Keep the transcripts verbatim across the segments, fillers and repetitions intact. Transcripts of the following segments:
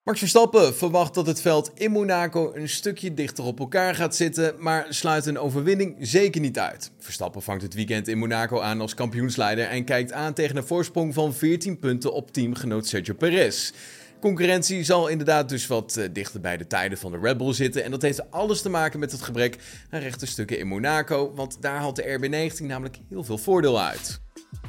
Max Verstappen verwacht dat het veld in Monaco een stukje dichter op elkaar gaat zitten, maar sluit een overwinning zeker niet uit. Verstappen vangt het weekend in Monaco aan als kampioensleider en kijkt aan tegen een voorsprong van veertien punten op teamgenoot Sergio Perez. Concurrentie zal inderdaad dus wat uh, dichter bij de tijden van de Red Bull zitten en dat heeft alles te maken met het gebrek aan rechte stukken in Monaco, want daar haalt de R B negentien namelijk heel veel voordeel uit.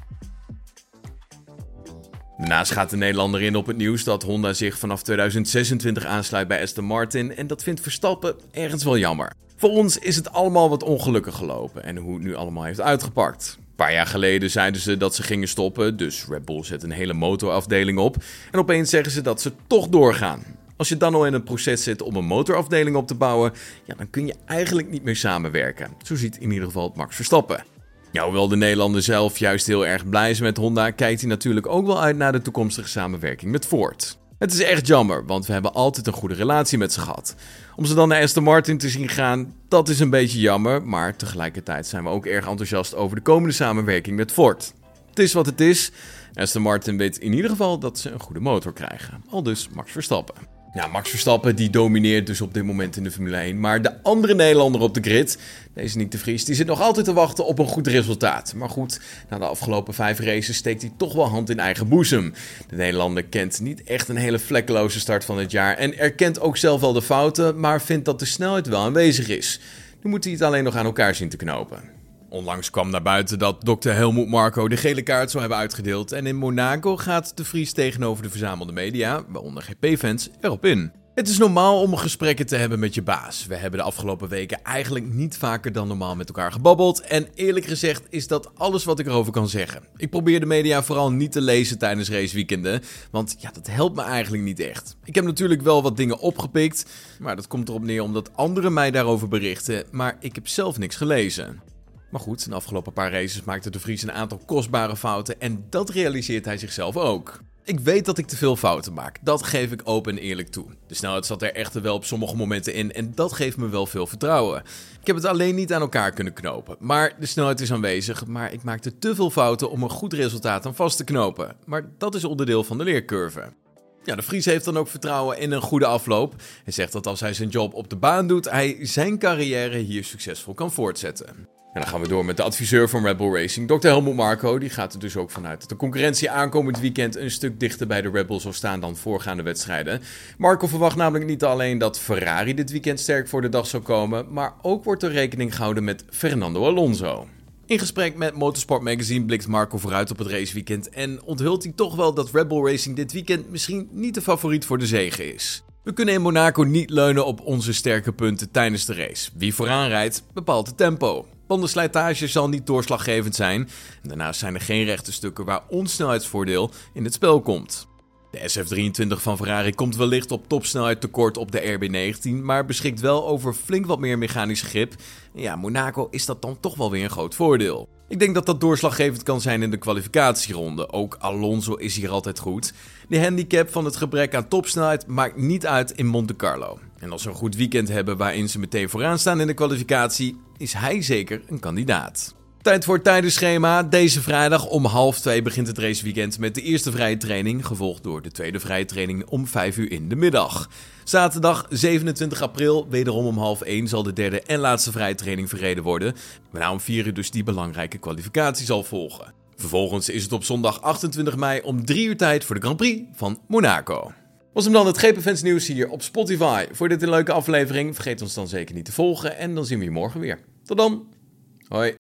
Daarnaast gaat de Nederlander in op het nieuws dat Honda zich vanaf tweeduizend zesentwintig aansluit bij Aston Martin en dat vindt Verstappen ergens wel jammer. Voor ons is het allemaal wat ongelukkig gelopen en hoe het nu allemaal heeft uitgepakt. Een paar jaar geleden zeiden ze dat ze gingen stoppen, dus Red Bull zet een hele motorafdeling op en opeens zeggen ze dat ze toch doorgaan. Als je dan al in het proces zit om een motorafdeling op te bouwen, ja, dan kun je eigenlijk niet meer samenwerken. Zo ziet in ieder geval Max Verstappen. Ja, hoewel de Nederlander zelf juist heel erg blij is met Honda, kijkt hij natuurlijk ook wel uit naar de toekomstige samenwerking met Ford. Het is echt jammer, want we hebben altijd een goede relatie met ze gehad. Om ze dan naar Aston Martin te zien gaan, dat is een beetje jammer, maar tegelijkertijd zijn we ook erg enthousiast over de komende samenwerking met Ford. Het is wat het is. Aston Martin weet in ieder geval dat ze een goede motor krijgen. Aldus Max Verstappen. Nou, Max Verstappen die domineert dus op dit moment in de Formule één. Maar de andere Nederlander op de grid, deze Nick de Vries, die zit nog altijd te wachten op een goed resultaat. Maar goed, na de afgelopen vijf races steekt hij toch wel hand in eigen boezem. De Nederlander kent niet echt een hele vlekkeloze start van het jaar en erkent ook zelf wel de fouten, maar vindt dat de snelheid wel aanwezig is. Nu moet hij het alleen nog aan elkaar zien te knopen. Onlangs kwam naar buiten dat dokter Helmut Marko de gele kaart zou hebben uitgedeeld en in Monaco gaat de Vries tegenover de verzamelde media, waaronder G P-fans, erop in. Het is normaal om gesprekken te hebben met je baas. We hebben de afgelopen weken eigenlijk niet vaker dan normaal met elkaar gebabbeld en eerlijk gezegd is dat alles wat ik erover kan zeggen. Ik probeer de media vooral niet te lezen tijdens raceweekenden, want ja, dat helpt me eigenlijk niet echt. Ik heb natuurlijk wel wat dingen opgepikt, maar dat komt erop neer omdat anderen mij daarover berichten, maar ik heb zelf niks gelezen. Maar goed, in de afgelopen paar races maakte de Vries een aantal kostbare fouten en dat realiseert hij zichzelf ook. Ik weet dat ik te veel fouten maak, dat geef ik open en eerlijk toe. De snelheid zat er echter wel op sommige momenten in en dat geeft me wel veel vertrouwen. Ik heb het alleen niet aan elkaar kunnen knopen, maar de snelheid is aanwezig, maar ik maakte te veel fouten om een goed resultaat aan vast te knopen. Maar dat is onderdeel van de leercurve. Ja, de Vries heeft dan ook vertrouwen in een goede afloop. Hij zegt dat als hij zijn job op de baan doet, hij zijn carrière hier succesvol kan voortzetten. En dan gaan we door met de adviseur van Red Bull Racing, dokter Helmut Marko. Die gaat er dus ook vanuit dat de concurrentie aankomend weekend een stuk dichter bij de Red Bull zal staan dan voorgaande wedstrijden. Marko verwacht namelijk niet alleen dat Ferrari dit weekend sterk voor de dag zal komen, maar ook wordt er rekening gehouden met Fernando Alonso. In gesprek met Motorsport Magazine blikt Marko vooruit op het raceweekend en onthult hij toch wel dat Red Bull Racing dit weekend misschien niet de favoriet voor de zege is. We kunnen in Monaco niet leunen op onze sterke punten tijdens de race. Wie vooraan rijdt, bepaalt het tempo. Bandenslijtage zal niet doorslaggevend zijn. En daarnaast zijn er geen rechte stukken waar ons snelheidsvoordeel in het spel komt. De S F drieëntwintig van Ferrari komt wellicht op topsnelheid tekort op de R B negentien, maar beschikt wel over flink wat meer mechanisch grip. En ja, Monaco is dat dan toch wel weer een groot voordeel. Ik denk dat dat doorslaggevend kan zijn in de kwalificatieronde. Ook Alonso is hier altijd goed. De handicap van het gebrek aan topsnelheid maakt niet uit in Monte Carlo. En als ze een goed weekend hebben waarin ze meteen vooraan staan in de kwalificatie, is hij zeker een kandidaat. Tijd voor het tijdenschema. Deze vrijdag om half twee begint het raceweekend met de eerste vrije training, gevolgd door de tweede vrije training om vijf uur in de middag. Zaterdag zevenentwintig april, wederom om half één, zal de derde en laatste vrije training verreden worden, waarna om vier uur dus die belangrijke kwalificatie zal volgen. Vervolgens is het op zondag achtentwintig mei om drie uur tijd voor de Grand Prix van Monaco. Was hem dan het G P-fans nieuws hier op Spotify. Voor dit een leuke aflevering, vergeet ons dan zeker niet te volgen en dan zien we je morgen weer. Tot dan! Hoi!